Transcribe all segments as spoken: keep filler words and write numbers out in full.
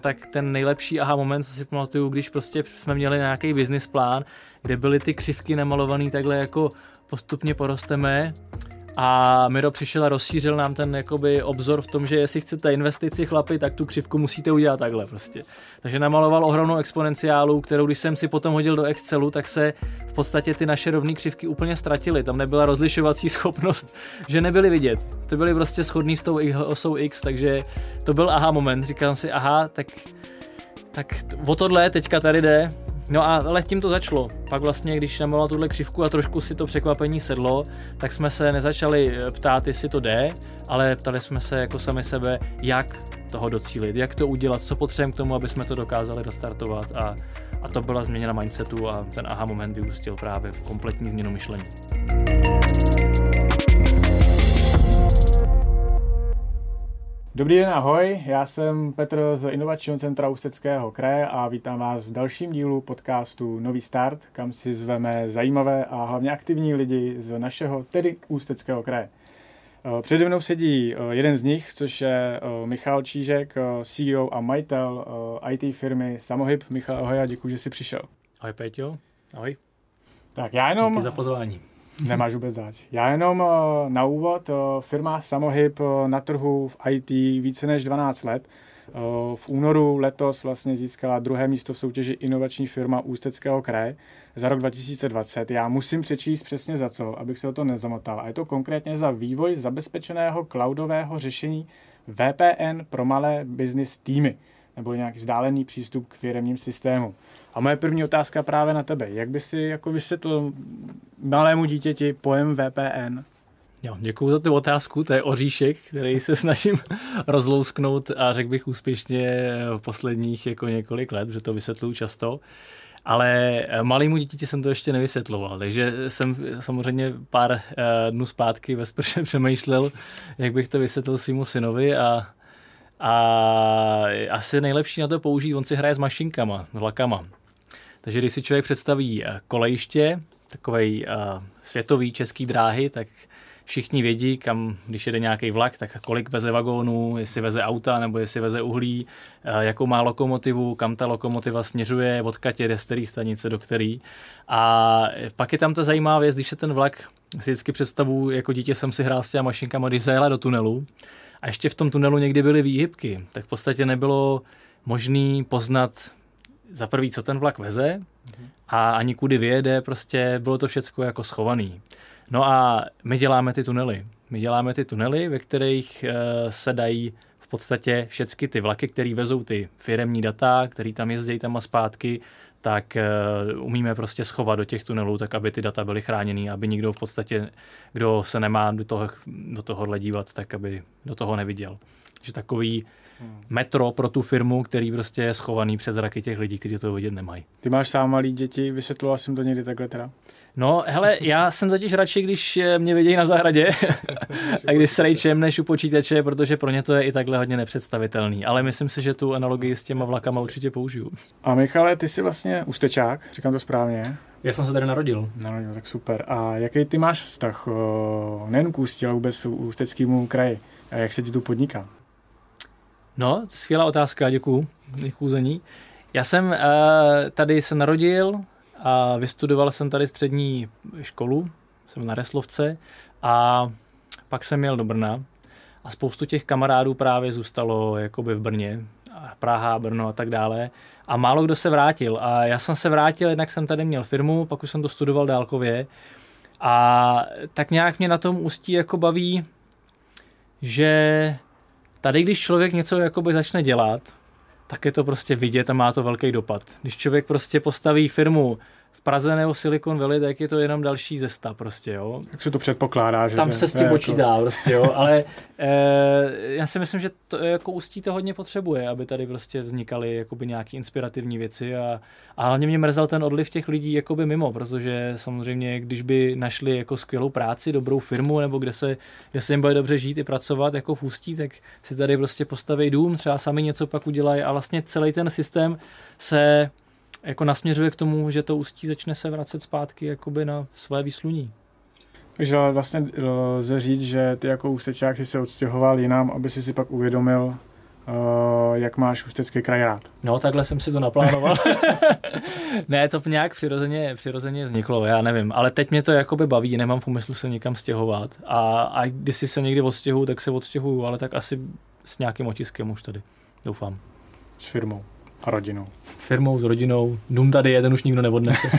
tak ten nejlepší aha moment, co si pamatuju, když prostě jsme měli nějaký business plán, kde byly ty křivky namalovaný takhle jako postupně porosteme. A Miro přišel a rozšířil nám ten jakoby obzor v tom, že jestli chcete investici chlapi, tak tu křivku musíte udělat takhle prostě. Takže namaloval ohromnou exponenciálu, kterou když jsem si potom hodil do Excelu, tak se v podstatě ty naše rovné křivky úplně ztratily. Tam nebyla rozlišovací schopnost, že nebyly vidět. To byly prostě shodný s tou osou X, takže to byl aha moment. Říkal si aha, tak, tak o tohle teďka tady jde. No a ale tím to začalo. Pak vlastně, když namaloval tuhle křivku a trošku si to překvapení sedlo, tak jsme se nezačali ptát, jestli to jde, ale ptali jsme se jako sami sebe, jak toho docílit, jak to udělat, co potřebujeme k tomu, aby jsme to dokázali dostartovat a, a to byla změna mindsetu a ten aha moment vyústil právě v kompletní změnu myšlení. Dobrý den, ahoj, já jsem Petr z Inovačního centra Ústeckého kraje a vítám vás v dalším dílu podcastu Nový start, kam si zveme zajímavé a hlavně aktivní lidi z našeho, tedy Ústeckého kraje. Přede mnou sedí jeden z nich, což je Michal Čížek, C E O a majitel í té firmy Samohyb. Michal, ahoj a děkuji, že jsi přišel. Ahoj Péťo, ahoj. Tak já jenom... Díky za pozvání. Nemáš vůbec zač. Já jenom na úvod, firma Samohyb na trhu v í té více než dvanáct let. V únoru letos vlastně získala druhé místo v soutěži Inovační firma Ústeckého kraje za rok dva tisíce dvacet. Já musím přečíst přesně za co, abych se o to nezamotal. A je to konkrétně za vývoj zabezpečeného cloudového řešení V P N pro malé business týmy, nebo nějaký vzdálený přístup k firemním systémům. A moje první otázka právě na tebe. Jak by si jako vysvětlil malému dítěti pojem V P N? Jo, děkuju za tu otázku, to je oříšek, který se snažím rozlousknout a řekl bych úspěšně v posledních jako několik let, že to vysvětluju často. Ale malému dítěti jsem to ještě nevysvětloval, takže jsem samozřejmě pár dnů zpátky ve sprše přemýšlel, jak bych to vysvětlil svýmu synovi a A asi nejlepší na to použít, on si hraje s mašinkama, s vlakama. Takže když si člověk představí kolejiště, takovej uh, světový český dráhy, tak všichni vědí, kam, když jede nějaký vlak, tak kolik veze vagónů, jestli veze auta, nebo jestli veze uhlí, uh, jakou má lokomotivu, kam ta lokomotiva směřuje, odkud jede, z který stanice do který. A pak je tam ta zajímavá věc, když se ten vlak, si vždycky představu, jako dítě jsem si hrál s těma mašinkama, když zajela do tunelu, a ještě v tom tunelu někdy byly výhybky, tak v podstatě nebylo možné poznat za prvý, co ten vlak veze a ani kudy vyjede, prostě bylo to všecko jako schovaný. No a my děláme ty tunely. My děláme ty tunely, ve kterých uh, se dají v podstatě všechny ty vlaky, které vezou ty firemní data, které tam jezdí tam a zpátky, tak uh, umíme prostě schovat do těch tunelů, tak aby ty data byly chráněný, aby nikdo v podstatě, kdo se nemá do toho, do tohohle dívat, tak aby do toho neviděl. Takže takový hmm. metro pro tu firmu, který prostě je schovaný před zraky těch lidí, kteří toho vidět nemají. Ty máš sám malý děti, vysvětloval jsem to někdy takhle teda? No, hele, já jsem totiž radši, když mě vidějí na zahradě a když s rejčem než u počítače, protože pro ně to je i takhle hodně nepředstavitelný. Ale myslím si, že tu analogii s těma vlakama určitě použiju. A Michale, ty jsi vlastně Ústečák, říkám to správně? Já jsem se tady narodil. Narodil, tak super. A jaký ty máš vztah nejen k Ústí, ale vůbec k Ústeckému kraji? A jak se ti tu podniká? No, skvělá otázka, děkuju. Děkuju za ní. Já jsem uh, tady se narodil a vystudoval jsem tady střední školu, jsem na Reslovce a pak jsem jel do Brna a spoustu těch kamarádů právě zůstalo jakoby v Brně, Praha, Brno a tak dále a málo kdo se vrátil a já jsem se vrátil, jednak jsem tady měl firmu, pak už jsem to studoval dálkově a tak nějak mě na tom Ústí jako baví, že tady když člověk něco jakoby začne dělat, tak je to prostě vidět a má to velký dopad. Když člověk prostě postaví firmu v Praze nebo v Silicon Valley, tak je to jenom další cesta prostě, jo. Tak se to předpokládá, že tam se s tím počítá jako... prostě, jo, ale e, já si myslím, že to jako Ústí to hodně potřebuje, aby tady prostě vznikaly jakoby nějaký inspirativní věci a, a hlavně mě mrzel ten odliv těch lidí jakoby mimo, protože samozřejmě, když by našli jako skvělou práci, dobrou firmu, nebo kde se, kde se jim bude dobře žít i pracovat jako v Ústí, tak si tady prostě postaví dům, třeba sami něco pak udělají a vlastně celý ten systém se jako nasměřuje k tomu, že to Ústí začne se vracet zpátky jakoby na své výsluní. Takže vlastně lze říct, že ty jako Ústečák si se odstěhoval jinam, aby si si pak uvědomil, jak máš Ústecký kraj rád. No, takhle jsem si to naplánoval. Ne, to nějak přirozeně, přirozeně vzniklo, já nevím. Ale teď mě to jakoby baví, nemám v úmyslu se někam stěhovat. A, a když si se někdy odstěhuju, tak se odstěhuju, ale tak asi s nějakým otiskem už tady. Doufám. S firmou a rodinou. Firmou, s rodinou. Dům tady je, ten už nikdo neodnese.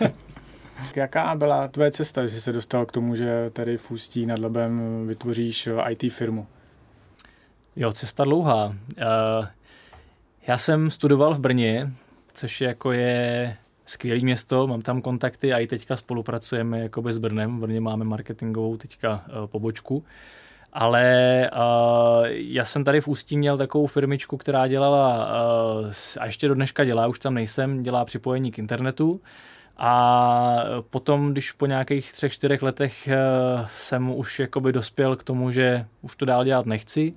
Jaká byla tvoje cesta, že jsi se dostal k tomu, že tady v Ústí nad Labem vytvoříš í té firmu? Jo, cesta dlouhá. Uh, já jsem studoval v Brně, což jako je skvělé město, mám tam kontakty a i teďka spolupracujeme jakoby s Brnem. V Brně máme marketingovou teďka uh, pobočku. Ale uh, já jsem tady v Ústí měl takovou firmičku, která dělala, uh, a ještě do dneška dělá, už tam nejsem, dělá připojení k internetu. A potom, když po nějakých třech, čtyřech letech uh, jsem už jakoby dospěl k tomu, že už to dál dělat nechci,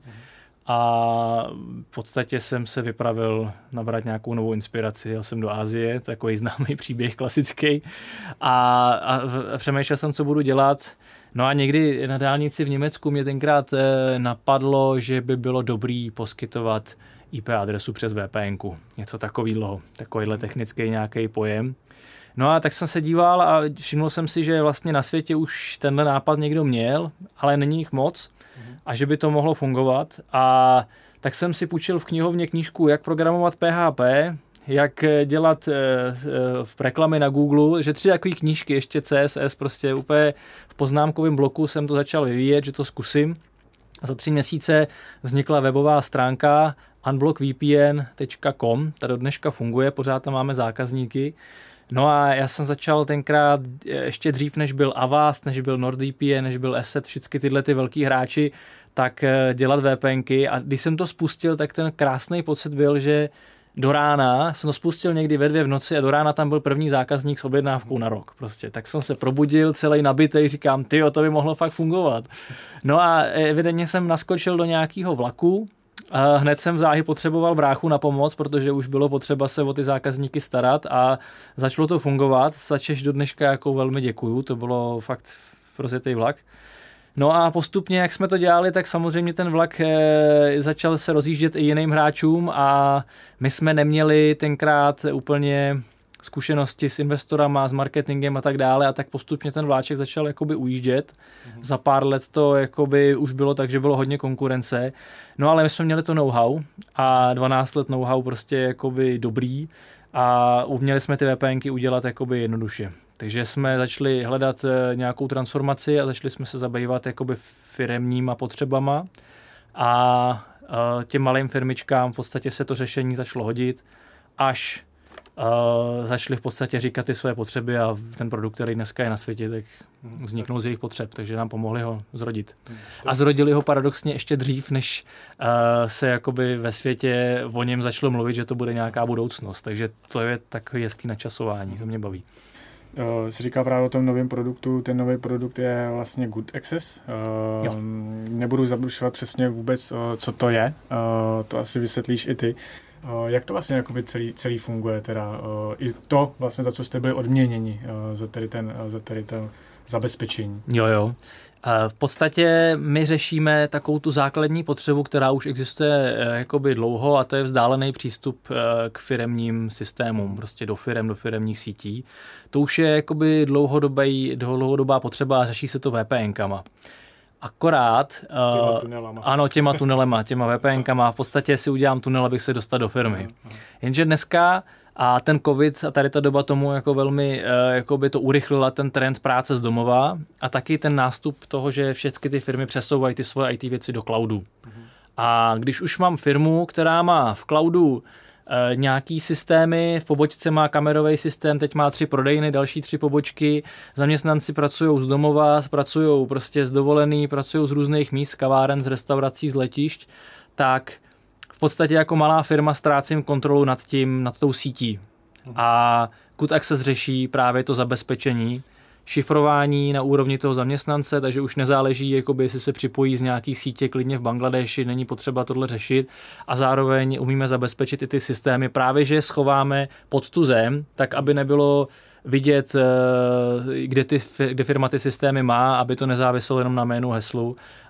a v podstatě jsem se vypravil nabrat nějakou novou inspiraci. Jel jsem do Asie, to je takový známý příběh klasický. A, a přemýšlel jsem, co budu dělat. No a někdy na dálnici v Německu mě tenkrát eh, napadlo, že by bylo dobrý poskytovat í pé adresu přes vé pé enku. Něco takového, takovýhle technický nějaký pojem. No a tak jsem se díval a všiml jsem si, že vlastně na světě už tenhle nápad někdo měl, ale není jich moc a že by to mohlo fungovat. A tak jsem si půjčil v knihovně knížku, jak programovat P H P, jak dělat e, e, reklamy na Google, že tři takové knížky, ještě C S S, prostě úplně v poznámkovém bloku jsem to začal vyvíjet, že to zkusím. A za tři měsíce vznikla webová stránka unblock v p n tečka com, ta do dneška funguje, pořád tam máme zákazníky. No a já jsem začal tenkrát ještě dřív, než byl Avast, než byl NordVPN, než byl Asset, všechny tyhle ty velký hráči, tak dělat VPNky. A když jsem to spustil, tak ten krásný pocit byl, že do rána jsem to spustil někdy ve dvě v noci a do rána tam byl první zákazník s objednávkou na rok. Prostě. Tak jsem se probudil, celý nabitej, říkám, tyjo, to by mohlo fakt fungovat. No a evidentně jsem naskočil do nějakého vlaku. A hned jsem v záhy potřeboval bráchu na pomoc, protože už bylo potřeba se o ty zákazníky starat a začalo to fungovat, za Češ do dneška jako velmi děkuju, to bylo fakt rozjetý vlak. No a postupně, jak jsme to dělali, tak samozřejmě ten vlak e, začal se rozjíždět i jiným hráčům a my jsme neměli tenkrát úplně zkušenosti s investorama, s marketingem a tak dále a tak postupně ten vláček začal jakoby ujíždět. Mm-hmm. Za pár let to jakoby už bylo tak, že bylo hodně konkurence. No ale my jsme měli to know-how a dvanáct let know-how prostě jakoby dobrý a uměli jsme ty VPNky udělat jakoby jednoduše. Takže jsme začali hledat nějakou transformaci a začali jsme se zabývat jakoby firemníma potřebama a těm malým firmičkám v podstatě se to řešení začalo hodit, až Uh, začali v podstatě říkat ty své potřeby a ten produkt, který dneska je na světě, tak vzniknul z jejich potřeb, takže nám pomohli ho zrodit. A zrodili ho paradoxně ještě dřív, než uh, se jakoby ve světě o něm začalo mluvit, že to bude nějaká budoucnost, takže to je takový hezký načasování, to mě baví. Uh, jsi říkal právě o tom novém produktu, ten nový produkt je vlastně Good Access. Uh, nebudu zabrušovat přesně vůbec, uh, co to je, uh, to asi vysvětlíš i ty. Uh, jak to vlastně jakoby celý, celý funguje teda? Uh, I to vlastně, za co jste byli odměněni, uh, za tady ten, uh, za tady ten zabezpečení. Jo, jo. V podstatě my řešíme takovou tu základní potřebu, která už existuje jakoby dlouho a to je vzdálený přístup k firemním systémům, prostě do firem, do firemních sítí. To už je jakoby dlouhodobý, dlouhodobá potřeba a řeší se to VPNkama. Akorát, těma tunelama. ano, těma tunelema, těma VPNkama, v podstatě si udělám tunel, abych se dostal do firmy. Jenže dneska a ten covid a tady ta doba tomu jako velmi jako by to urychlila ten trend práce z domova a taky ten nástup toho, že všechny ty firmy přesouvají ty svoje í té věci do cloudu. Mm-hmm. A když už mám firmu, která má v cloudu e, nějaký systémy, v pobočce má kamerový systém, teď má tři prodejny, další tři pobočky, zaměstnanci pracují z domova, pracují prostě z dovolený, pracují z různých míst, kaváren, z restaurací, z letišť, tak v podstatě jako malá firma ztrácím kontrolu nad tím, nad tou sítí. A Good Access řeší právě to zabezpečení, šifrování na úrovni toho zaměstnance, takže už nezáleží, jakoby, jestli se připojí z nějaký sítě klidně v Bangladeši, není potřeba tohle řešit a zároveň umíme zabezpečit i ty systémy, právě že je schováme pod tu zem, tak aby nebylo vidět, kde, ty, kde firma ty systémy má, aby to nezáviselo jenom na jménu, heslu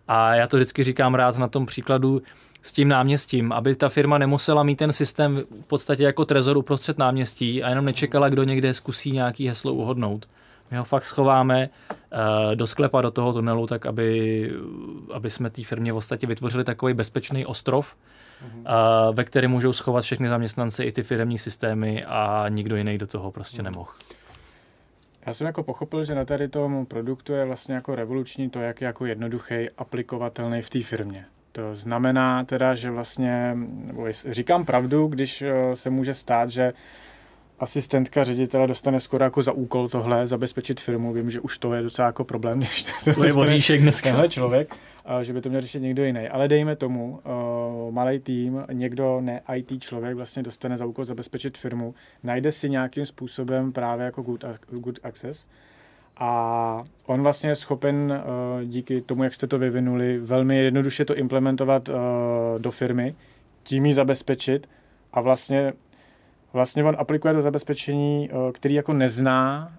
A já to vždycky říkám rád na tom příkladu s tím náměstím, aby ta firma nemusela mít ten systém v podstatě jako trezor uprostřed náměstí a jenom nečekala, kdo někde zkusí nějaký heslo uhodnout. My ho fakt schováme uh, do sklepa, do toho tunelu, tak aby, aby jsme té firmě v podstatě vytvořili takový bezpečný ostrov, uh, ve kterém můžou schovat všechny zaměstnanci i ty firemní systémy a nikdo jiný do toho prostě nemohl. Já jsem jako pochopil, že na tady tomu produktu je vlastně jako revoluční to, jak je jako jednoduchý, aplikovatelný v té firmě. To znamená teda, že vlastně, nebo říkám pravdu, když se může stát, že asistentka ředitele dostane skoro jako za úkol tohle, zabezpečit firmu. Vím, že už to je docela jako problém, když to, to je voříšek dneska. Tenhle člověk, že by to měl řešit někdo jiný. Ale dejme tomu, uh, malý tým, někdo ne í té člověk vlastně dostane za úkol zabezpečit firmu, najde si nějakým způsobem právě jako good, good access a on vlastně je schopen uh, díky tomu, jak jste to vyvinuli, velmi jednoduše to implementovat uh, do firmy, tím ji zabezpečit a vlastně Vlastně on aplikuje to zabezpečení, který jako nezná,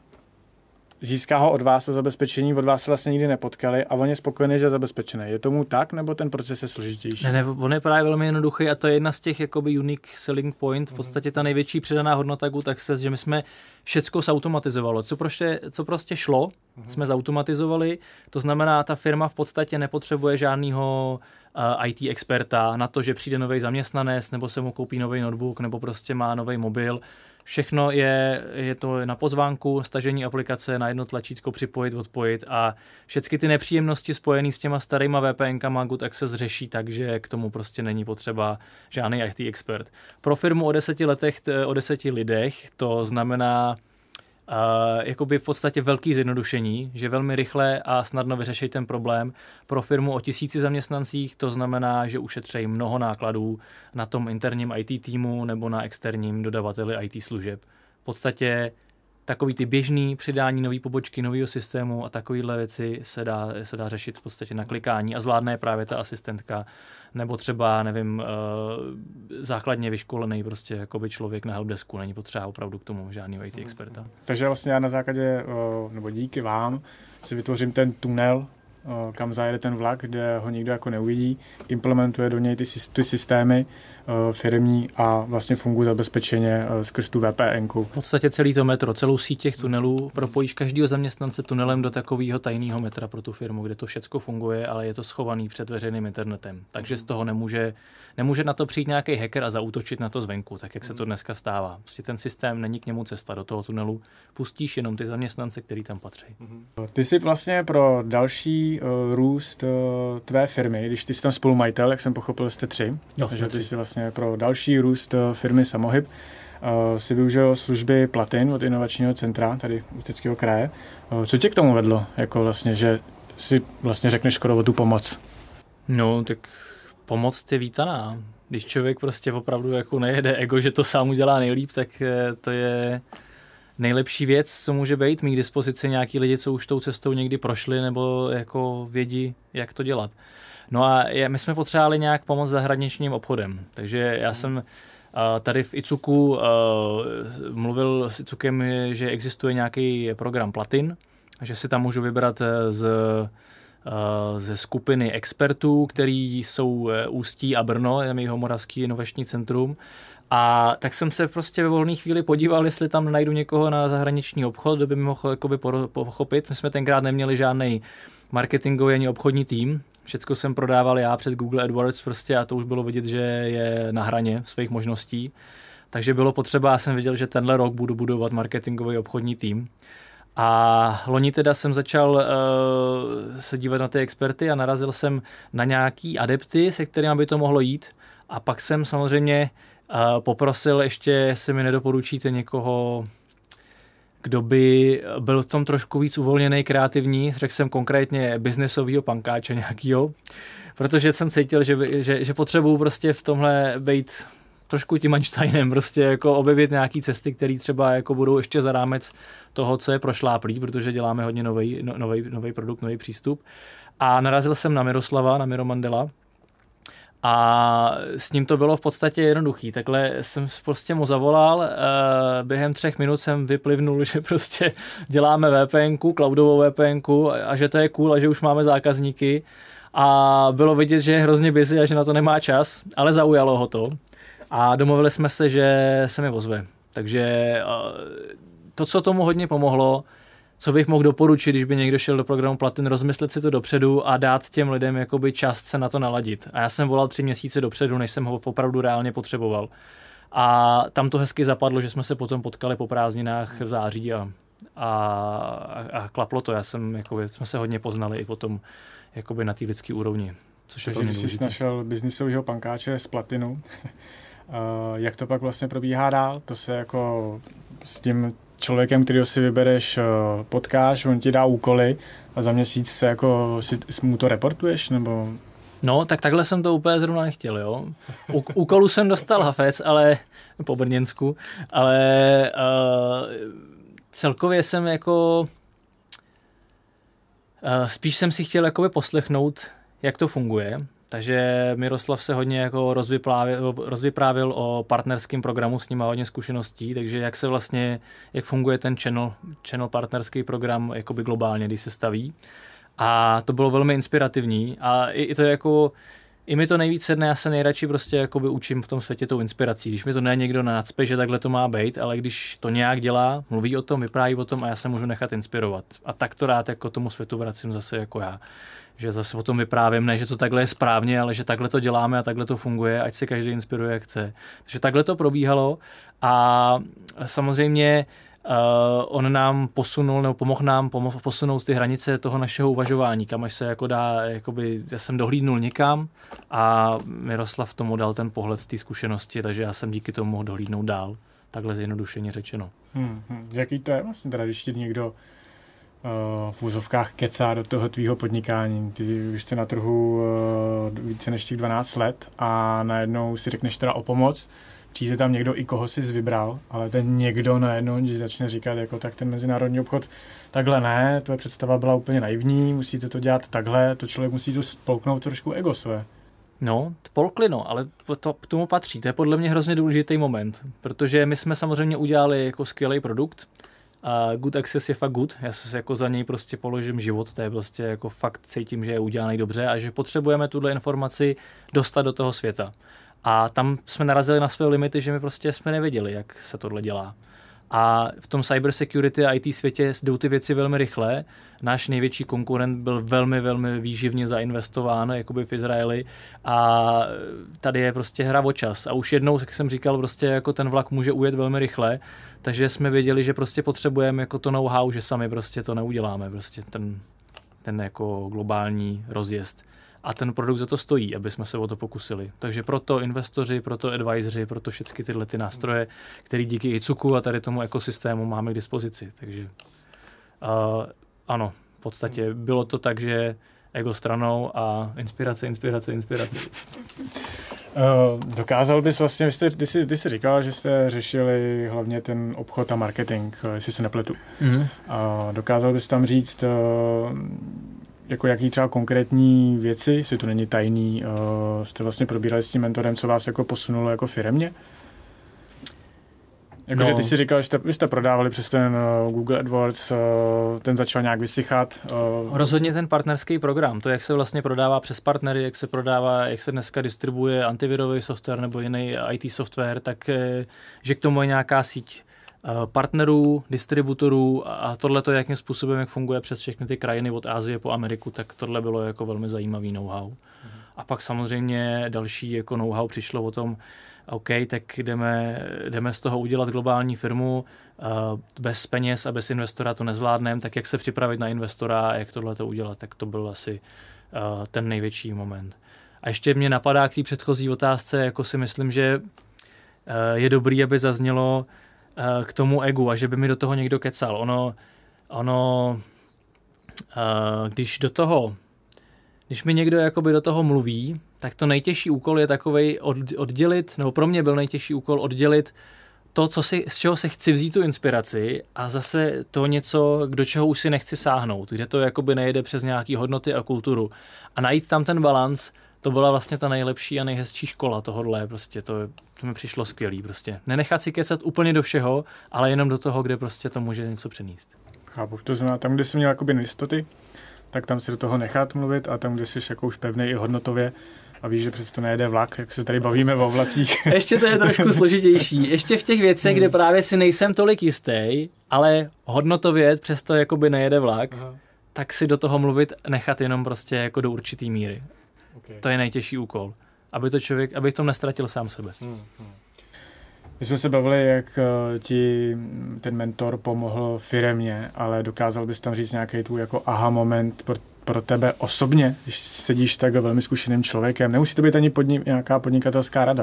získá ho od vás to zabezpečení, od vás se vlastně nikdy nepotkali a on je spokojený, že je zabezpečený. Je tomu tak, nebo ten proces je složitější? Ne, ne, on je právě velmi jednoduchý a to je jedna z těch jakoby unique selling point, v podstatě ta největší přidaná hodnota Good Access, že my jsme všecko zautomatizovalo. Co prostě, co prostě šlo, uh-huh. jsme zautomatizovali, to znamená, ta firma v podstatě nepotřebuje žádného uh, í té experta na to, že přijde nový zaměstnanec, nebo se mu koupí nový notebook, nebo prostě má nový mobil. Všechno je, je to na pozvánku, stažení aplikace, na jedno tlačítko připojit, odpojit a všechny ty nepříjemnosti spojené s těma starýma VPNkama Good Access řeší tak, že k tomu prostě není potřeba žádný í té expert. Pro firmu o deseti letech, o deseti lidech, to znamená Uh, jakoby v podstatě velký zjednodušení, že velmi rychle a snadno vyřeší ten problém. Pro firmu o tisíci zaměstnancích to znamená, že ušetří mnoho nákladů na tom interním í té týmu nebo na externím dodavateli í té služeb. V podstatě takový ty běžný přidání nový pobočky, nového systému a takovýhle věci se dá, se dá řešit v podstatě na klikání a zvládne právě ta asistentka nebo třeba, nevím, základně vyškolený prostě jakoby člověk na helpdesku, není potřeba opravdu k tomu žádného í té experta. Takže vlastně já na základě, nebo díky vám, si vytvořím ten tunel, kam zajede ten vlak, kde ho nikdo jako neuvidí, implementuje do něj ty, ty systémy firemní a vlastně funguje zabezpečeně skrz tu VPNku. V podstatě celý to metro, celou síť těch tunelů propojíš každého zaměstnance tunelem do takového tajného metra pro tu firmu, kde to všecko funguje, ale je to schovaný před veřejným internetem. Takže z toho nemůže, nemůže na to přijít nějaký hacker a zaútočit na to zvenku, tak jak se to dneska stává. Prostě ten systém není k němu cesta do toho tunelu, pustíš jenom ty zaměstnance, který tam patří. Ty jsi vlastně pro další uh, růst uh, tvé firmy, když ty jsi tam spolumajitel, jak jsem pochopil, jste tři, jo, takže ty jsi vlastně pro další růst uh, firmy Samohyb uh, si využil služby Platin od inovačního centra tady Ústeckého kraje. Uh, co tě k tomu vedlo, jako vlastně, že si vlastně řekneš skoro o tu pomoc? No, tak pomoc je vítaná. Když člověk prostě opravdu jako nejede ego, že to sám udělá nejlíp, tak to je nejlepší věc, co může být, mít k dispozici nějaký lidi, co už tou cestou někdy prošli nebo jako vědí, jak to dělat. No a je, my jsme potřebovali nějak pomoct s zahraničním obchodem, takže já jsem uh, tady v Icuku uh, mluvil s Icukem, že existuje nějaký program Platin, že si tam můžu vybrat z, uh, ze skupiny expertů, který jsou Ústí a Brno, je Jihomoravský inovační centrum. A tak jsem se prostě ve volné chvíli podíval, jestli tam najdu někoho na zahraniční obchod, kdo by mi mohl jakoby pochopit. My jsme tenkrát neměli žádný marketingový ani obchodní tým. Všecko jsem prodával já přes Google AdWords prostě a to už bylo vidět, že je na hraně svých možností. Takže bylo potřeba, já jsem viděl, že tenhle rok budu budovat marketingový obchodní tým. A loni teda jsem začal uh, se dívat na ty experty a narazil jsem na nějaký adepty, se kterými by to mohlo jít. A pak jsem samozřejmě uh, poprosil, ještě jestli mi nedoporučíte někoho, kdo by byl v tom trošku víc uvolněný, kreativní. Řekl jsem konkrétně biznesovýho pankáče nějakýho, protože jsem cítil, že, že, že potřebuju prostě v tomhle být trošku tím Einsteinem, prostě jako objevit nějaký cesty, které třeba jako budou ještě za rámec toho, co je prošláplý, protože děláme hodně nový, no, nový, nový produkt, nový přístup. A narazil jsem na Miroslava, na Miro Mandela a s ním to bylo v podstatě jednoduchý. Takhle jsem prostě mu zavolal, během třech minut jsem vyplivnul, že prostě děláme VPNku, cloudovou VPNku a že to je cool a že už máme zákazníky. a bylo vidět, že je hrozně busy a že na to nemá čas, ale zaujalo ho to a domluvili jsme se, že se mi ozve. Takže to, co tomu hodně pomohlo, co bych mohl doporučit, když by někdo šel do programu Platin, rozmyslet si to dopředu a dát těm lidem jakoby čas se na to naladit. A já jsem volal tři měsíce dopředu, než jsem ho opravdu reálně potřeboval. A tam to hezky zapadlo, že jsme se potom potkali po prázdninách v září a, a, a klaplo to. Já jsem, jakoby, jsme se hodně poznali i potom jakoby na té lidské úrovni. Což Takže když jsi našel biznisového pankáče z Platinu, jak to pak vlastně probíhá dál? To se jako s tím člověkem, kterýho si vybereš, potkáš, on ti dá úkoly a za měsíc se jako si, mu to reportuješ, nebo... No, tak takhle jsem to úplně zrovna nechtěl, jo. U, úkolu jsem dostal hafec, ale po brněnsku, ale uh, celkově jsem jako... Uh, spíš jsem si chtěl jakoby poslechnout, jak to funguje. Takže Miroslav se hodně jako rozvyprávěl, rozvyprávěl o partnerském programu, s ním má hodně zkušeností, takže jak se vlastně, jak funguje ten channel, channel partnerský program jakoby globálně, když se staví. A to bylo velmi inspirativní a i, i to jako, i mi to nejvíc sedne, já se nejradši prostě jakoby učím v tom světě tou inspirací. Když mi to ne někdo nacpe, že takhle to má být, ale když to nějak dělá, mluví o tom, vypráví o tom a já se můžu nechat inspirovat. A tak to rád jako tomu světu vracím zase jako já. Že zase o tom vyprávím, ne, že to takhle je správně, ale že takhle to děláme a takhle to funguje, ať se každý inspiruje, jak chce. Takže takhle to probíhalo a samozřejmě uh, on nám posunul, nebo pomohl nám pomo- posunout ty hranice toho našeho uvažování, kam až se jako dá, jakoby, já jsem dohlídnul někam a Miroslav tomu dal ten pohled z té zkušenosti, takže já jsem díky tomu mohl dohlídnout dál, takhle zjednodušeně řečeno. Hmm, hmm. Jaký to je vlastně teda, když ti někdo v úzovkách kecá do toho tvýho podnikání. Ty už jsi na trhu více než těch dvanáct let a najednou si řekneš teda o pomoc, přijde tam někdo, i koho jsi vybral, ale ten někdo najednou, když začne říkat, jako tak ten mezinárodní obchod, takhle ne, tvoje představa byla úplně naivní, musíte to dělat takhle, to člověk musí to spolknout trošku ego své. No, polkli no, ale to k tomu patří. To je podle mě hrozně důležitý moment, protože my jsme samozřejmě udělali jako skvělý produkt, a Good Access je fakt good, já se jako za něj prostě položím život, to je prostě jako fakt cítím, že je udělaný dobře a že potřebujeme tuhle informaci dostat do toho světa. A tam jsme narazili na své limity, že my prostě jsme nevěděli, jak se tohle dělá. A v tom cybersecurity a í té světě jdou ty věci velmi rychle. Náš největší konkurent byl velmi, velmi výživně zainvestován, jakoby v Izraeli. A tady je prostě hra o čas. A už jednou, jak jsem říkal, prostě jako ten vlak může ujet velmi rychle. Takže jsme věděli, že prostě potřebujeme jako to know-how, že sami prostě to neuděláme. Prostě ten, ten jako globální rozjezd. A ten produkt za to stojí, aby jsme se o to pokusili. Takže proto investoři, proto advisoři, proto všechny tyhle ty nástroje, které díky iCuku a tady tomu ekosystému máme k dispozici. Takže uh, ano, v podstatě bylo to tak, že ego stranou a inspirace, inspirace, inspirace. Uh, dokázal bys vlastně, vy jste, ty, jsi, ty jsi říkal, že jste řešili hlavně ten obchod a marketing, jestli se nepletu. Mm-hmm. Uh, dokázal bys tam říct, uh, jako jaký třeba konkrétní věci, jestli to není tajný, uh, jste vlastně probírali s tím mentorem, co vás jako posunulo jako firemně? Jakože no. Ty jsi říkal, že jste, vy jste prodávali přes ten uh, Google AdWords, uh, ten začal nějak vysychat. Uh. Rozhodně ten partnerský program, to jak se vlastně prodává přes partnery, jak se prodává, jak se dneska distribuje antivirový software nebo jiný í té software, tak že k tomu je nějaká síť partnerů, distributorů a tohle to, jakým způsobem, jak funguje přes všechny ty krajiny od Asie po Ameriku, tak tohle bylo jako velmi zajímavý know-how. Mhm. A pak samozřejmě další jako know-how přišlo o tom, OK, tak jdeme, jdeme z toho udělat globální firmu, uh, bez peněz a bez investora to nezvládneme, tak jak se připravit na investora a jak tohle to udělat, tak to byl asi uh, ten největší moment. A ještě mě napadá k té předchozí otázce, jako si myslím, že uh, je dobrý, aby zaznělo uh, k tomu egu a že by mi do toho někdo kecal. Ono, ono uh, když do toho Když mi někdo jakoby do toho mluví, tak to nejtěžší úkol je takovej oddělit, nebo pro mě byl nejtěžší úkol oddělit to, co si, z čeho se chci vzít tu inspiraci a zase to něco, do čeho už si nechci sáhnout, kde to jakoby nejede přes nějaký hodnoty a kulturu. A najít tam ten balans, to byla vlastně ta nejlepší a nejhezčí škola tohodle, prostě to, to mi přišlo skvělý prostě. Nenechat si kecat úplně do všeho, ale jenom do toho, kde prostě to může něco přenést. Chápu, to znamená tam, kde jsem měl jakoby nejistoty, tak tam si do toho nechat mluvit a tam, kde jsi jako už pevný i hodnotově a víš, že přesto nejede vlak, jak se tady bavíme o vlacích. Ještě to je trošku složitější. Ještě v těch věcech, kde právě si nejsem tolik jistý, ale hodnotově přesto jakoby nejede vlak, aha, tak si do toho mluvit nechat jenom prostě jako do určitý míry. Okay. To je nejtěžší úkol. Aby to člověk, aby v tom nestratil sám sebe. Hmm, hmm. My jsme se bavili, jak ti ten mentor pomohl firemně, ale dokázal bys tam říct nějaký tvůj jako aha moment pro, pro tebe osobně, když sedíš s tak velmi zkušeným člověkem. Nemusí to být ani podni, nějaká podnikatelská rada.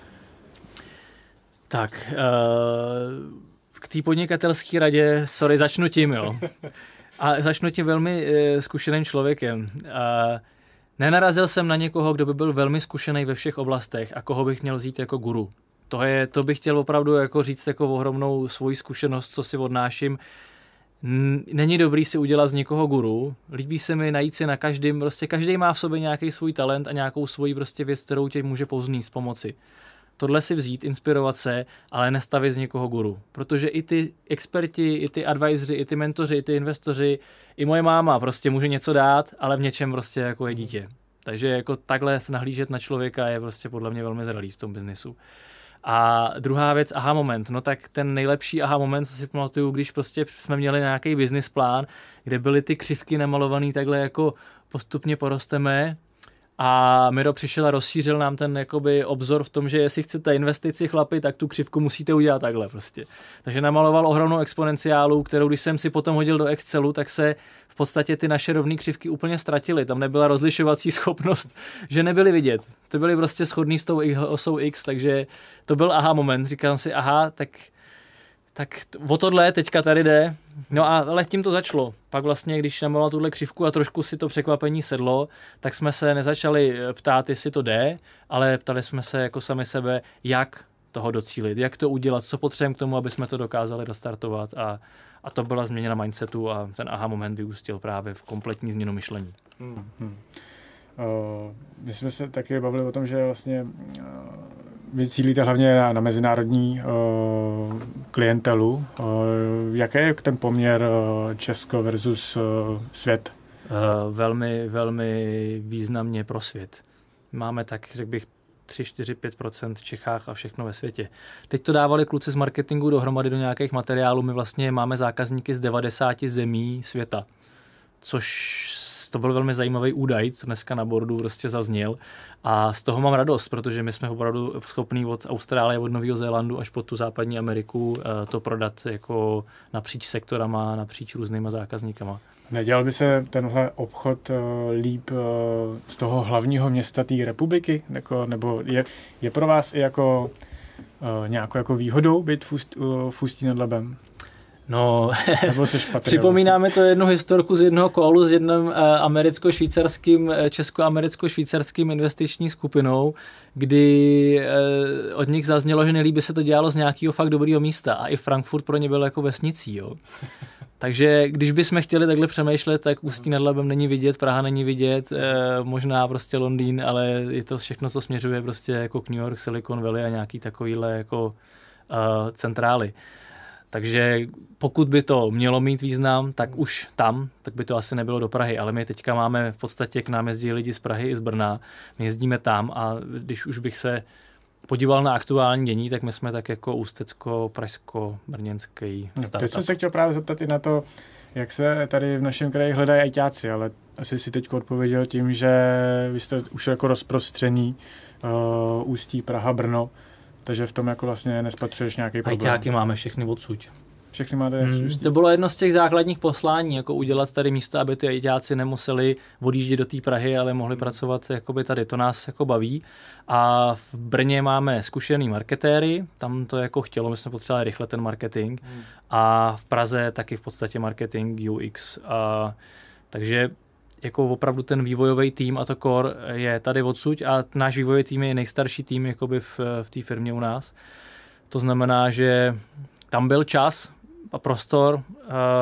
Tak, uh, k té podnikatelské radě, sorry, začnu tím, jo. A začnu tím velmi uh, zkušeným člověkem. Uh, nenarazil jsem na někoho, kdo by byl velmi zkušený ve všech oblastech a koho bych měl vzít jako guru. To, je, to bych chtěl opravdu jako říct jako ohromnou svoji zkušenost, co si odnáším. Není dobrý si udělat z někoho guru. Líbí se mi najít si na každém, prostě každý má v sobě nějaký svůj talent a nějakou svoji prostě věc, kterou tě může povznést z pomoci. Tohle si vzít, inspirovat se, ale nestavit z někoho guru. Protože i ty experti, i ty advisoři, i ty mentoři, i ty investoři, i moje máma prostě může něco dát, ale v něčem prostě jako je dítě. Takže jako takhle se nahlížet na člověka je prostě podle mě velmi zralý v tom biznesu. A druhá věc, aha moment, no tak ten nejlepší aha moment, co si pamatuju, když prostě jsme měli nějaký business plán, kde byly ty křivky namalovaný takhle jako postupně porosteme a Miro přišel a rozšířil nám ten jakoby obzor v tom, že jestli chcete investici chlapi, tak tu křivku musíte udělat takhle prostě. Takže namaloval ohromnou exponenciálu, kterou když jsem si potom hodil do Excelu, tak se v podstatě ty naše rovné křivky úplně ztratily. Tam nebyla rozlišovací schopnost, že nebyly vidět. To byly prostě shodný s tou osou X, takže to byl aha moment. Říkám si, aha, tak, tak o tohle teďka tady jde. No a ale tím to začalo. Pak vlastně, když namaloval tuhle křivku a trošku si to překvapení sedlo, tak jsme se nezačali ptát, jestli to jde, ale ptali jsme se jako sami sebe, jak toho docílit, jak to udělat, co potřebujeme k tomu, aby jsme to dokázali dostartovat a A to byla změna mindsetu a ten aha moment vyústil právě v kompletní změnu myšlení. Hmm. Hmm. Uh, my jsme se taky bavili o tom, že vlastně uh, vy cílíte hlavně na, na mezinárodní uh, klientelu. Uh, jaký je ten poměr uh, Česko versus uh, svět? Uh, velmi, velmi významně pro svět. Máme tak, řekl bych, tři, čtyři, pět procent v Čechách a všechno ve světě. Teď to dávali kluci z marketingu dohromady do nějakých materiálů. My vlastně máme zákazníky z devadesáti zemí světa, což to byl velmi zajímavý údaj, co dneska na boardu prostě zazněl. A z toho mám radost, protože my jsme opravdu schopní od Austrálie, od Nového Zélandu až po tu západní Ameriku to prodat jako napříč sektorama, napříč různýma zákazníkama. Nedělal by se tenhle obchod uh, líp uh, z toho hlavního města té republiky? Jako, nebo je, je pro vás i jako uh, nějakou jako výhodou být v, Úst, uh, v Ústí nad Labem? No, připomínáme to jednu historku z jednoho callu s jednou uh, americko-švýcarským, česko-americko-švýcarským investiční skupinou, kdy uh, od nich zaznělo, že nelíbí se to dělalo z nějakého fakt dobrýho místa a i Frankfurt pro ně byl jako vesnicí, jo. Takže když bychom chtěli takhle přemýšlet, tak Ústí nad Labem není vidět, Praha není vidět, eh, možná prostě Londýn, ale je to všechno, co směřuje prostě jako k New York, Silicon Valley a nějaký takovýhle jako uh, centrály. Takže pokud by to mělo mít význam, tak už tam, tak by to asi nebylo do Prahy, ale my teďka máme v podstatě, k nám jezdí lidi z Prahy i z Brna, my jezdíme tam a když už bych se podíval na aktuální dění, tak my jsme tak jako ústecko, pražsko, brněnský startup. Teď jsem se chtěl právě zeptat i na to, jak se tady v našem kraji hledají ajťáci, ale asi si teď odpověděl tím, že vy jste už jako rozprostření uh, Ústí, Praha, Brno, takže v tom jako vlastně nespatřuješ nějaký problém. Ajťáky máme všechny odsud. Všechny máte hmm. To bylo jedno z těch základních poslání, jako udělat tady místo, aby ty ajťáci nemuseli odjíždět do té Prahy, ale mohli hmm. pracovat jakoby tady. To nás jako baví. A v Brně máme zkušený marketéry, tam to jako chtělo, my jsme potřebovali rychle ten marketing. Hmm. A v Praze taky v podstatě marketing, U X. A, takže jako opravdu ten vývojový tým a to core je tady odsud a náš vývojový tým je nejstarší tým jakoby v, v té firmě u nás. To znamená, že tam byl čas a prostor uh,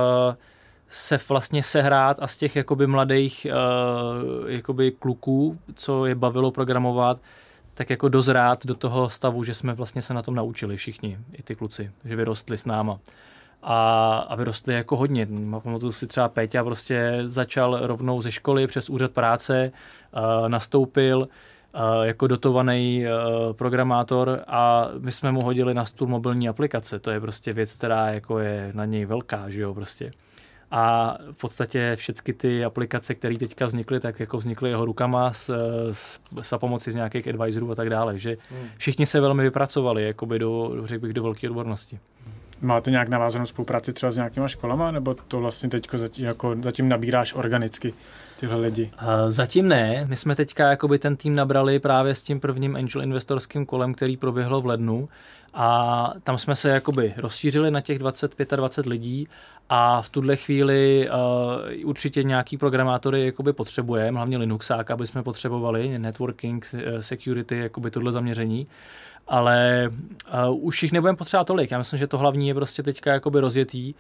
se vlastně sehrát a z těch jakoby mladých uh, jakoby kluků, co je bavilo programovat, tak jako dozrát do toho stavu, že jsme vlastně se na tom naučili všichni, i ty kluci, že vyrostli s náma. a, a vyrostli jako hodně. Pamatuju si třeba Péťa prostě začal rovnou ze školy přes úřad práce, uh, nastoupil uh, jako dotovaný uh, programátor a my jsme mu hodili na stůl mobilní aplikace. To je prostě věc, která jako je na něj velká, že jo, prostě. A v podstatě všechny ty aplikace, které teďka vznikly, tak jako vznikly jeho rukama s, s, s pomocí z nějakých advisorů a tak dále. Že všichni se velmi vypracovali, jakoby do, řekl bych, do velké odbornosti. Máte nějak navázanou spolupráci třeba s nějakýma školama, nebo to vlastně teďko zatím, jako, zatím nabíráš organicky tyhle lidi? Zatím ne. My jsme teďka jakoby ten tým nabrali právě s tím prvním angel investorským kolem, který proběhlo v lednu. A tam jsme se jakoby rozšířili na těch dvacet dvacet pět lidí a v tuhle chvíli uh, určitě nějaký programátory jakoby potřebujeme, hlavně Linuxák, aby jsme potřebovali, networking, security, jakoby tohle zaměření. Ale uh, už jich nebudeme potřebovat tolik. Já myslím, že to hlavní je prostě teďka jakoby rozjetý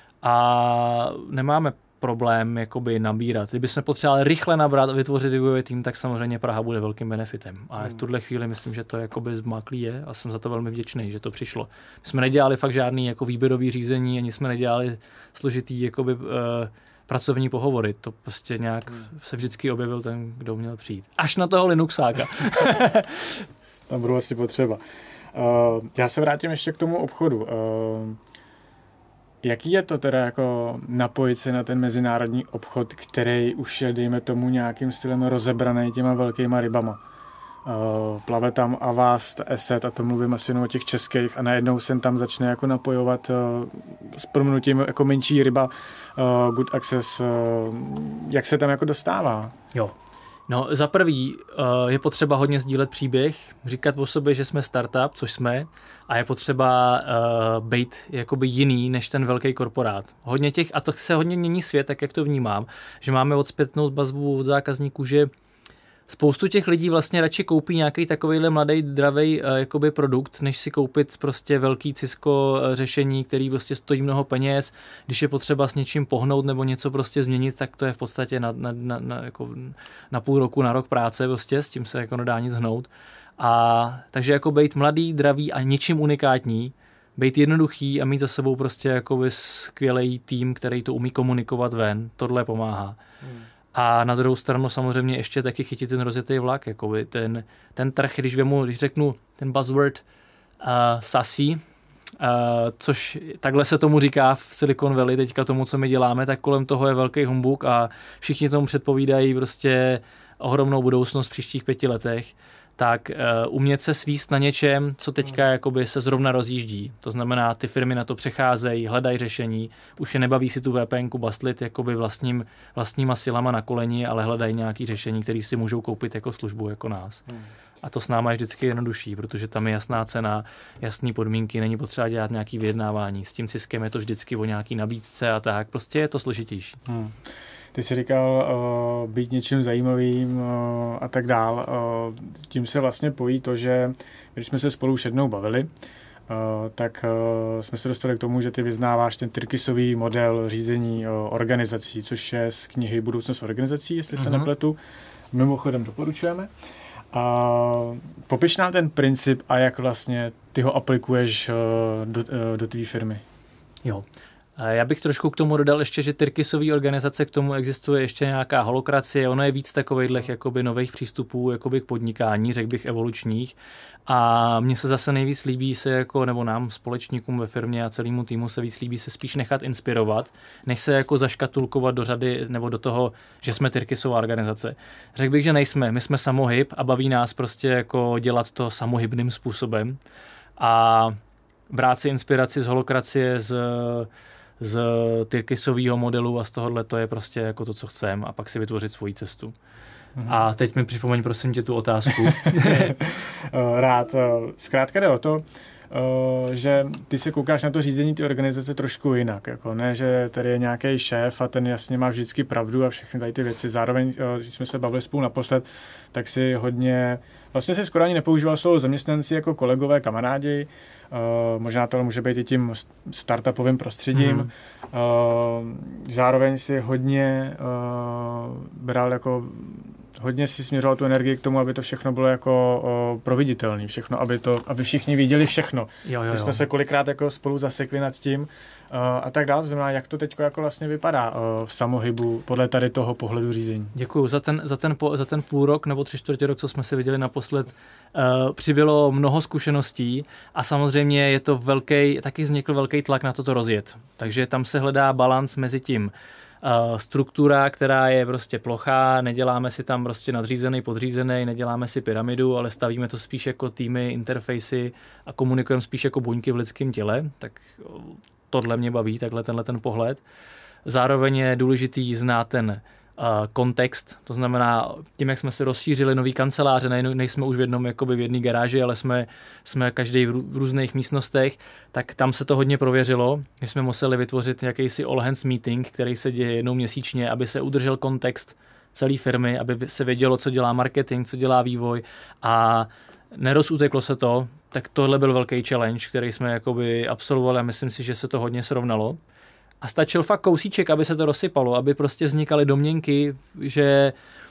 a nemáme problém jakoby nabírat. Kdybychom potřebovali rychle nabrat a vytvořit vývojový tým, tak samozřejmě Praha bude velkým benefitem. Ale hmm. v tuhle chvíli myslím, že to jakoby zmaklý je a jsem za to velmi vděčný, že to přišlo. My jsme nedělali fakt žádný jako výběrový řízení, ani jsme nedělali složitý jakoby, uh, pracovní pohovory. To prostě nějak hmm. se vždycky objevil ten, kdo měl přijít. Až na toho Linuxáka. Tam budou asi potřeba. Uh, já se vrátím ještě k tomu obchodu. Uh, jaký je to teda jako napojit se na ten mezinárodní obchod, který už je, dejme tomu, nějakým stylem rozebraný těma velkýma rybama? Uh, plave tam Avast, Asset, a to mluvím asi jenom o těch českých, a najednou se tam začne jako napojovat uh, s prominutím jako menší ryba, uh, Good Access. Uh, jak se tam jako dostává? Jo. No, za prvý uh, je potřeba hodně sdílet příběh, říkat o sobě, že jsme startup, což jsme, a je potřeba uh, být jakoby jiný než ten velký korporát. Hodně těch, a to se hodně mění svět, tak jak to vnímám, že máme od zpětnou vazbu od zákazníků, že spoustu těch lidí vlastně radši koupí nějaký takovejhle mladý, dravej uh, jakoby produkt, než si koupit prostě velký Cisco uh, řešení, který prostě stojí mnoho peněz. Když je potřeba s něčím pohnout nebo něco prostě změnit, tak to je v podstatě na, na, na, na, jako na půl roku, na rok práce, prostě, s tím se jako nedá nic hnout. A takže jako být mladý, dravý a něčím unikátní, být jednoduchý a mít za sebou prostě jakoby skvělý tým, který to umí komunikovat ven, tohle pomáhá. Hmm. A na druhou stranu samozřejmě ještě taky chytit ten rozjetý vlak, jakoby ten, ten trh, když vemu, když řeknu ten buzzword uh, SaaSy, uh, což takhle se tomu říká v Silicon Valley, teďka tomu, co my děláme, tak kolem toho je velký humbuk a všichni tomu předpovídají prostě ohromnou budoucnost v příštích pěti letech. Tak uh, umět se svíst na něčem, co teďka jakoby se zrovna rozjíždí. To znamená, ty firmy na to přecházejí, hledají řešení, už je nebaví si tu VPNku bastlit jakoby vlastním, vlastníma silama na koleni, ale hledají nějaké řešení, které si můžou koupit jako službu, jako nás. Hmm. A to s náma je vždycky jednodušší, protože tam je jasná cena, jasné podmínky, není potřeba dělat nějaké vyjednávání. S tím Ciskem je to vždycky o nějaký nabídce a tak, prostě je to složitější. Hmm. Ty jsi říkal uh, být něčím zajímavým uh, a tak dál. Uh, tím se vlastně pojí to, že když jsme se spolu už jednou bavili, uh, tak uh, jsme se dostali k tomu, že ty vyznáváš ten Tyrkisový model řízení uh, organizací, což je z knihy Budoucnost organizací, jestli uh-huh. se nepletu. Mimochodem doporučujeme. Uh, popiš nám ten princip a jak vlastně ty ho aplikuješ uh, do, uh, do tvý firmy. Jo. Já bych trošku k tomu dodal ještě, že Tyrkisový organizace, k tomu existuje ještě nějaká holokracie, ono je víc takovejhlech jakoby nových přístupů jakoby k podnikání, řekl bych evolučních. A mně se zase nejvíc líbí se jako, nebo nám společníkům ve firmě a celému týmu se víc líbí se spíš nechat inspirovat, než se jako zaškatulkovat do řady nebo do toho, že jsme Tyrkisová organizace. Řekl bych, že nejsme, my jsme samohyb a baví nás prostě jako dělat to samohybným způsobem a brát si inspiraci z holokracie, z z Tyrkisového modelu a z tohohle to je prostě jako to, co chceme a pak si vytvořit svoji cestu. Mm-hmm. A teď mi připomeň prosím tě tu otázku. Rád. Zkrátka jde o to, že ty se koukáš na to řízení ty organizace trošku jinak. Jako ne, že tady je nějaký šéf a ten jasně má vždycky pravdu a všechny tady ty věci. Zároveň, když jsme se bavili spolu naposled, tak si hodně, vlastně si skoro ani nepoužíval slovo zaměstnanci jako kolegové, kamarádi. Uh, možná to může být i tím startupovým prostředím. Mm. Uh, zároveň si hodně uh, bral jako hodně si směřoval tu energii k tomu, aby to všechno bylo jako o, providitelné, všechno, aby, to, aby všichni viděli všechno. Jo, jo, jo. My jsme se kolikrát jako spolu zasekli nad tím uh, a tak dále. Znamená, jak to teď jako vlastně vypadá uh, v samohybu podle tady toho pohledu řízení. Děkuju. Za ten, za, ten po, za ten půl rok nebo tři čtvrtě rok, co jsme se viděli naposled, uh, přibylo mnoho zkušeností a samozřejmě je to velký, taky vznikl velký tlak na toto rozjet. Takže tam se hledá balans mezi tím, Uh, struktura, která je prostě plochá, neděláme si tam prostě nadřízený, podřízený, neděláme si pyramidu, ale stavíme to spíš jako týmy, interfejsy a komunikujeme spíš jako buňky v lidském těle, tak tohle mě baví, takhle tenhle ten pohled. Zároveň je důležitý znát ten uh, kontext, to znamená tím, jak jsme se rozšířili nový kanceláře, ne, nejsme už v jednom jakoby v jedné garáži, ale jsme, jsme každý v, rů, v různých místnostech, tak tam se to hodně prověřilo. My jsme museli vytvořit jakýsi all hands meeting, který se děje jednou měsíčně, aby se udržel kontext celé firmy, aby se vědělo, co dělá marketing, co dělá vývoj a nerozuteklo se to, tak tohle byl velký challenge, který jsme jakoby absolvovali a myslím si, že se to hodně srovnalo. A stačil fakt kousíček, aby se to rozsypalo, aby prostě vznikaly domněnky, že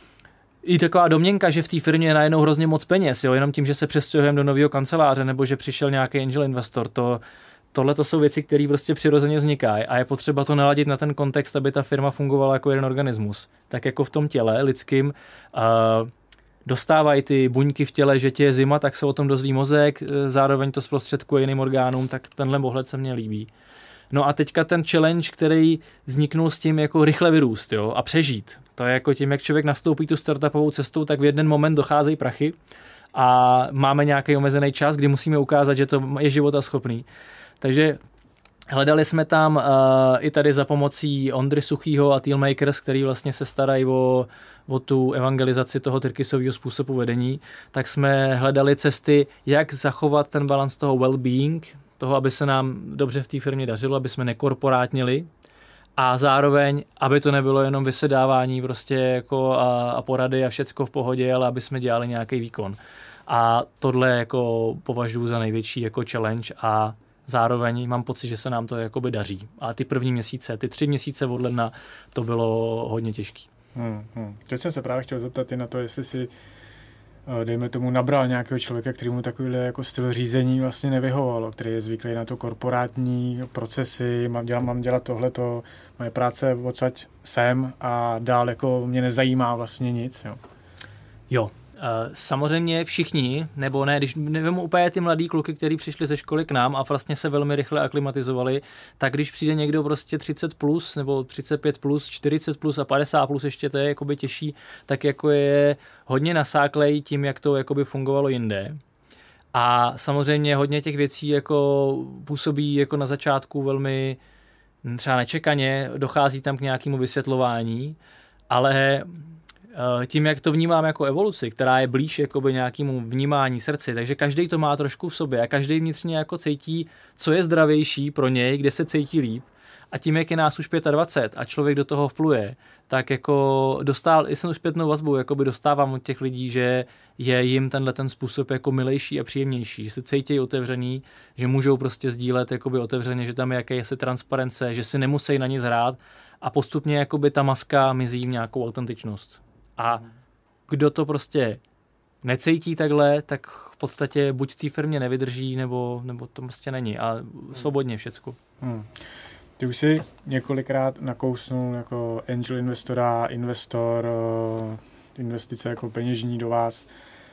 i taková domněnka, že v té firmě je najednou hrozně moc peněz, jo, jenom tím, že se přestěhujeme do nového kanceláře nebo že přišel nějaký angel investor, to, tohle to jsou věci, které prostě přirozeně vznikají a je potřeba to naladit na ten kontext, aby ta firma fungovala jako jeden organismus. Tak jako v tom těle lidským uh, dostávají ty buňky v těle, že tě je zima, tak se o tom dozví mozek, zároveň to zprostředkuje jiným orgánům, tak tenhle pohled se mně líbí. No a teďka ten challenge, který vzniknul s tím jako rychle vyrůst, jo, a přežít. To je jako tím, jak člověk nastoupí tu startupovou cestou, tak v jeden moment docházejí prachy a máme nějaký omezený čas, kdy musíme ukázat, že to je životaschopný. Takže hledali jsme tam uh, i tady za pomocí Ondry Suchýho a Tealmakers, který vlastně se starají o, o tu evangelizaci toho Tyrkisového způsobu vedení, tak jsme hledali cesty, jak zachovat ten balans toho well-being, toho, aby se nám dobře v té firmě dařilo, aby jsme nekorporátnili a zároveň, aby to nebylo jenom vysedávání prostě jako a, a porady a všecko v pohodě, ale aby jsme dělali nějaký výkon. A tohle jako považuji za největší jako challenge a zároveň mám pocit, že se nám to jakoby daří. A ty první měsíce, ty tři měsíce od ledna, to bylo hodně těžký. Hmm, hmm. Teď jsem se právě chtěl zeptat i na to, jestli si dejme tomu, nabral nějakého člověka, který mu takovýhle jako styl řízení vlastně nevyhovovalo, který je zvyklý na to korporátní procesy, mám dělat, mám dělat tohleto, moje práce odsaď sem a dál jako mě nezajímá vlastně nic. Jo. Jo. Samozřejmě všichni, nebo ne, když nevím úplně ty mladý kluky, kteří přišli ze školy k nám a vlastně se velmi rychle aklimatizovali, tak když přijde někdo prostě třicet plus, nebo třicet pět plus, čtyřicet plus a padesát plus, ještě to je jakoby těžší, tak jako je hodně nasáklej tím, jak to jakoby fungovalo jinde. A samozřejmě hodně těch věcí jako působí jako na začátku velmi třeba nečekaně, dochází tam k nějakému vysvětlování, ale tím, jak to vnímám jako evoluci, která je blíž jakoby nějakému vnímání srdci, takže každý to má trošku v sobě a každý vnitřně jako cítí, co je zdravější pro něj, kde se cítí líp. A tím, jak je nás už dvacet pět a člověk do toho vpluje, tak jako dostal, jsem už zpětnou vazbu, jakoby dostávám od těch lidí, že je jim tenhle ten způsob jako milejší a příjemnější, že se cítí otevřený, že můžou prostě sdílet jakoby otevřeně, že tam je jakési transparence, že si nemusí na nic hrát a postupně jakoby ta maska mizí v nějakou autentičnost. A kdo to prostě necítí takhle, tak v podstatě buď v té firmě nevydrží, nebo, nebo to prostě není. A svobodně všecko. Hmm. Ty už jsi několikrát nakousnul jako angel investora, investor, investice jako peněžní do vás.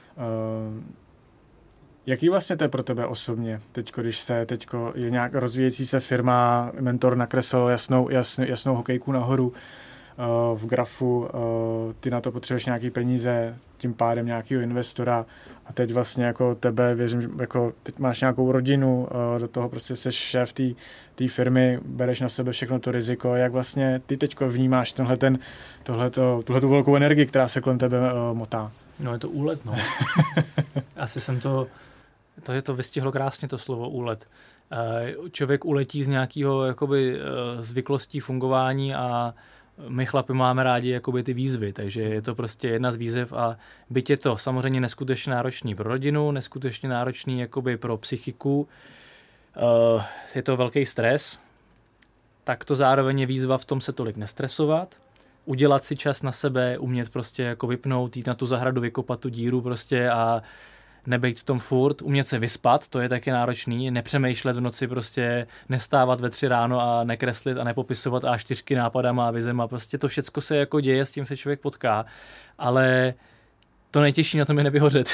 Jaký vlastně to je pro tebe osobně, teďko, když se teďko je nějak rozvíjející se firma, mentor nakreslil jasnou, jasnou, jasnou hokejku nahoru, v grafu, ty na to potřebuješ nějaký peníze, tím pádem nějakého investora a teď vlastně jako tebe, věřím, jako teď máš nějakou rodinu, do toho prostě jsi šéf té firmy, bereš na sebe všechno to riziko, jak vlastně ty teďko vnímáš tenhle ten, tohleto, tuhletu velkou energii, která se kolem tebe motá? No je to úlet, no. Asi jsem to, to je to vystihlo krásně to slovo úlet. Člověk uletí z nějakého jakoby zvyklostí fungování a my chlapi máme rádi jakoby ty výzvy, takže je to prostě jedna z výzev a byť je to samozřejmě neskutečně náročný pro rodinu, neskutečně náročný jakoby pro psychiku, uh, je to velký stres, tak to zároveň je výzva v tom se tolik nestresovat udělat si čas na sebe, umět prostě jako vypnout, jít na tu zahradu, vykopat tu díru prostě a nebejt v tom furt, umět se vyspat, to je taky náročný, nepřemýšlet v noci prostě, nestávat ve tři ráno a nekreslit a nepopisovat á čtyři nápadama a vizema, prostě to všecko se jako děje, s tím se člověk potká, ale to nejtěžší na tom je nevyhořet.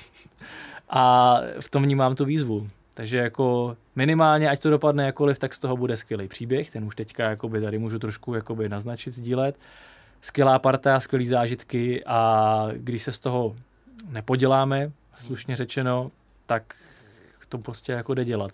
A v tom vnímám tu výzvu. Takže jako minimálně, ať to dopadne jakoliv, tak z toho bude skvělý příběh, ten už teďka jakoby tady můžu trošku jakoby naznačit, sdílet. Skvělá parta, skvělý zážitky a když se z toho nepoděláme, slušně řečeno, tak to prostě jako jde dělat.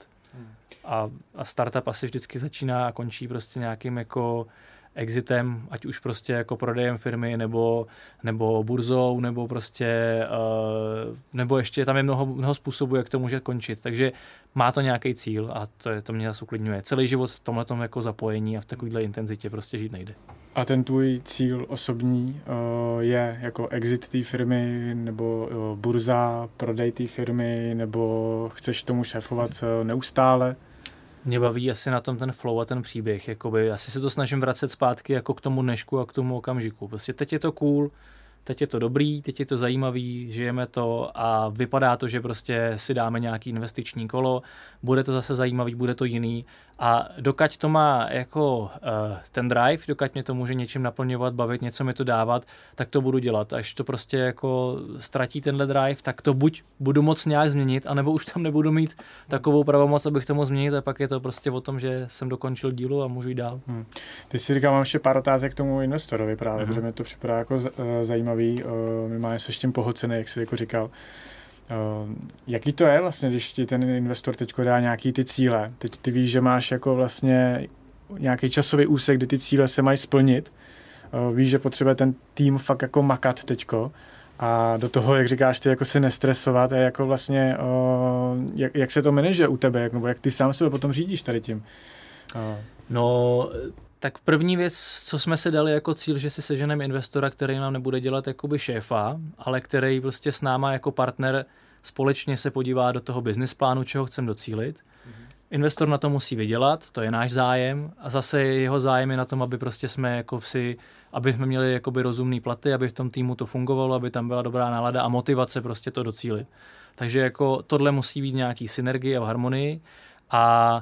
A, a startup asi vždycky začíná a končí prostě nějakým jako exitem, ať už prostě jako prodejem firmy, nebo, nebo burzou, nebo prostě, uh, nebo ještě tam je mnoho, mnoho způsobů, jak to může končit. Takže má to nějaký cíl a to, je, to mě zase uklidňuje. Celý život v tomhletom jako zapojení a v takovéhle intenzitě prostě žít nejde. A ten tvůj cíl osobní uh, je jako exit té firmy, nebo uh, burza, prodej té firmy, nebo chceš tomu šéfovat uh, neustále? Mě baví asi na tom ten flow a ten příběh. Jakoby, asi se to snažím vracet zpátky jako k tomu dnešku a k tomu okamžiku. Prostě teď je to cool, teď je to dobrý, teď je to zajímavý, žijeme to a vypadá to, že prostě si dáme nějaký investiční kolo, bude to zase zajímavý, bude to jiný a dokud to má jako uh, ten drive, dokud mě to může něčím naplňovat, bavit, něco mi to dávat, tak to budu dělat. Až to prostě jako ztratí tenhle drive, tak to buď budu moc nějak změnit, anebo už tam nebudu mít takovou pravomoc, abych to mohl změnit a pak je to prostě o tom, že jsem dokončil dílu a můžu jít dál. Hmm. Ty si říkal, mám ještě pár otázek k tomu investorovi právě, hmm. protože mě to připadá jako z, uh, zajímavý, uh, minimálně se s tím pohlcený, jak jsi jako říkal. Uh, jaký to je vlastně, když ti ten investor teďko dá nějaký ty cíle? Teď ty víš, že máš jako vlastně nějaký časový úsek, kdy ty cíle se mají splnit. Uh, víš, že potřebuje ten tým fakt jako makat teďko a do toho, jak říkáš, ty jako se nestresovat a jako vlastně, uh, jak, jak se to manažuje u tebe, jak, nebo jak ty sám sebe potom řídíš tady tím? Uh. No... Tak první věc, co jsme si dali jako cíl, že si seženeme investora, který nám nebude dělat jakoby šéfa, ale který prostě s náma jako partner společně se podívá do toho business plánu, čeho chceme docílit. Mm-hmm. Investor na to musí vydělat, to je náš zájem a zase jeho zájem je na tom, aby prostě jsme jako si, aby jsme měli jakoby rozumný platy, aby v tom týmu to fungovalo, aby tam byla dobrá nálada a motivace prostě to docílit. Takže jako tohle musí být nějaký synergie a v harmonii a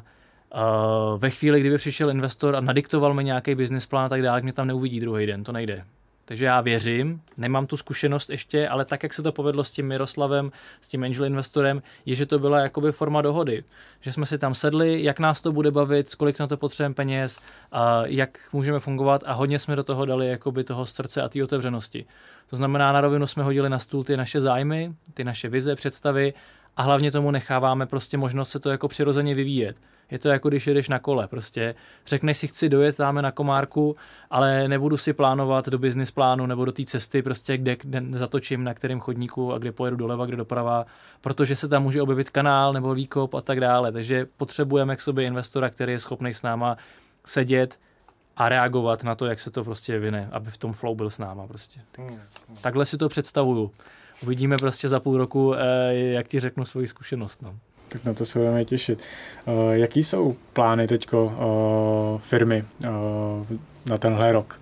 Uh, ve chvíli, kdyby přišel investor a nadiktoval mi nějaký business plán a tak dále, mě tam neuvidí druhý den, to nejde. Takže já věřím, nemám tu zkušenost ještě, ale tak, jak se to povedlo s tím Miroslavem, s tím angel investorem, je, že to byla jakoby forma dohody. Že jsme si tam sedli, jak nás to bude bavit, kolik na to potřebujeme peněz, a jak můžeme fungovat a hodně jsme do toho dali jakoby toho srdce a té otevřenosti. To znamená, na rovinu jsme hodili na stůl ty naše zájmy, ty naše vize, představy a hlavně tomu necháváme prostě možnost se to jako přirozeně vyvíjet. Je to jako když jedeš na kole, prostě řekneš si, chci dojet dáme na Komárku, ale nebudu si plánovat do business plánu nebo do té cesty, prostě kde, kde zatočím, na kterém chodníku a kde pojedu doleva, kde doprava, protože se tam může objevit kanál nebo výkop a tak dále. Takže potřebujeme k sobě investora, který je schopný s náma sedět a reagovat na to, jak se to prostě vyvine, aby v tom flow byl s náma prostě. Tak, takhle si to představuju. Uvidíme prostě za půl roku, jak ti řeknu svoji zkušenost. No. Tak na to se budeme těšit. Uh, jaký jsou plány teďko uh, firmy uh, na tenhle rok?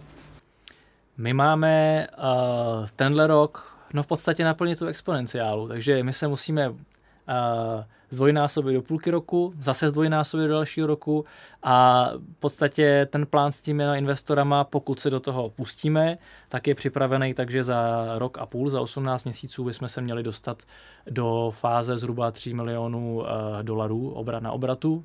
My máme uh, tenhle rok no v podstatě naplnit tu exponenciálu, takže my se musíme uh, zdvojnásobit do půlky roku, zase zdvojnásobit do dalšího roku a v podstatě ten plán s těmi investorama, pokud se do toho pustíme, tak je připravený, takže za rok a půl, za osmnáct měsíců bychom se měli dostat do fáze zhruba tři milionů uh, dolarů obrat na obratu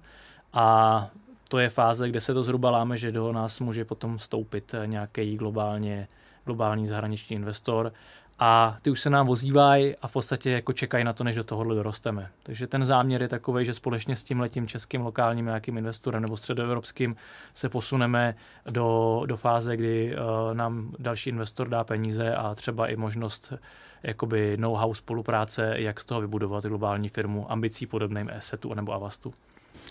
a to je fáze, kde se to zhruba láme, že do nás může potom vstoupit nějaký globálně, globální zahraniční investor a ty už se nám ozývají a v podstatě jako čekají na to, než do tohohle dorosteme. Takže ten záměr je takový, že společně s tímhletím českým lokálním nějakým investorem nebo středoevropským se posuneme do, do fáze, kdy uh, nám další investor dá peníze a třeba i možnost jakoby know-how spolupráce, jak z toho vybudovat globální firmu ambicí podobným Assetu nebo Avastu.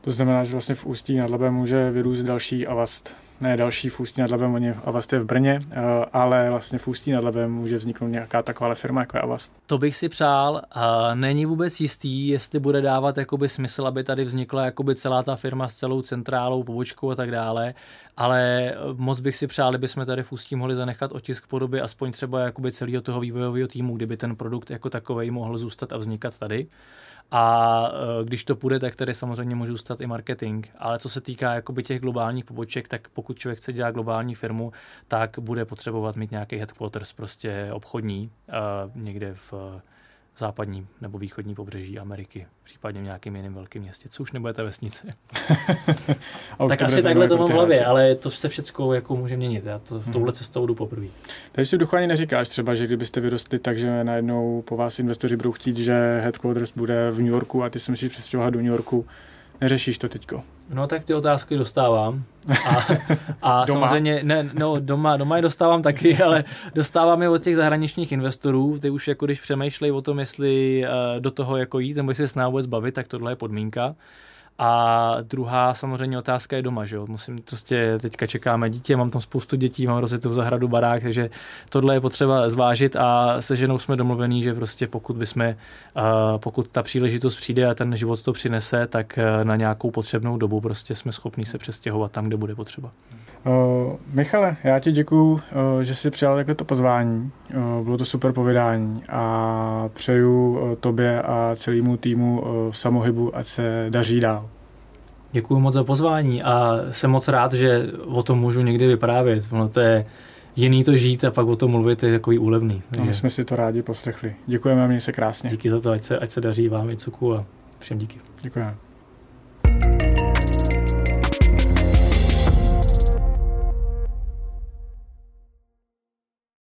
To znamená, že vlastně v Ústí nad Labem může vyrůst další Avast. Ne další v Ústí nad Labem, oni Avast je v Brně, ale vlastně v Ústí nad Labem může vzniknout nějaká taková firma jako je Avast. To bych si přál. A není vůbec jistý, jestli bude dávat jakoby smysl, aby tady vznikla jakoby celá ta firma s celou centrálou, pobočkou a tak dále, ale moc bych si přál, kdyby jsme tady v Ústí mohli zanechat otisk podoby aspoň třeba jakoby celého toho vývojového týmu, kdyby ten produkt jako takovej mohl zůstat a vznikat tady. A když to půjde, tak tady samozřejmě může zůstat i marketing. Ale co se týká jakoby těch globálních poboček, tak pokud člověk chce dělat globální firmu, tak bude potřebovat mít nějaký headquarters, prostě obchodní, někde v západní nebo východní pobřeží Ameriky, případně v nějakém jiném velkém městě, co už nebude ta vesnice. Tak asi takhle to mám v hlavě, ale to se všecko jako může měnit. Já to hmm. touhle cestou jdu poprvé. Takže si v duchu ani neříkáš třeba, že kdybyste vyrostli tak, že najednou po vás investoři budou chtít, že headquarters bude v New Yorku a ty se musíš přestěhovat do New Yorku. Neřešíš to teďko? No tak ty otázky dostávám. A, a samozřejmě, ne, no doma, doma je dostávám taky, ale dostávám je od těch zahraničních investorů. Ty už jako když přemýšlejí o tom, jestli uh, do toho jako jít, nebo jestli se s námi vůbec bavit, tak tohle je podmínka. A druhá samozřejmě otázka je doma, že jo. Musím prostě, teďka čekáme dítě, mám tam spoustu dětí, mám rozjetou zahradu, barák, takže tohle je potřeba zvážit a se ženou jsme domluvení, že prostě pokud bychom, uh, pokud ta příležitost přijde a ten život to přinese, tak uh, na nějakou potřebnou dobu prostě jsme schopní se přestěhovat tam, kde bude potřeba. Uh, Michale, já ti děkuju, uh, že jsi přijal takhle to pozvání. Uh, bylo to super povídání a přeju uh, tobě a celému týmu uh, Samohybu, ať se daří dál. Děkuji moc za pozvání a jsem moc rád, že o tom můžu někdy vyprávět. Ono to je jiný to žít a pak o tom mluvit je takový úlevný. Takže... No, my jsme si to rádi poslechli. Děkujeme a měj se krásně. Díky za to, ať se, ať se daří vám i Cuku a všem díky. Děkujeme.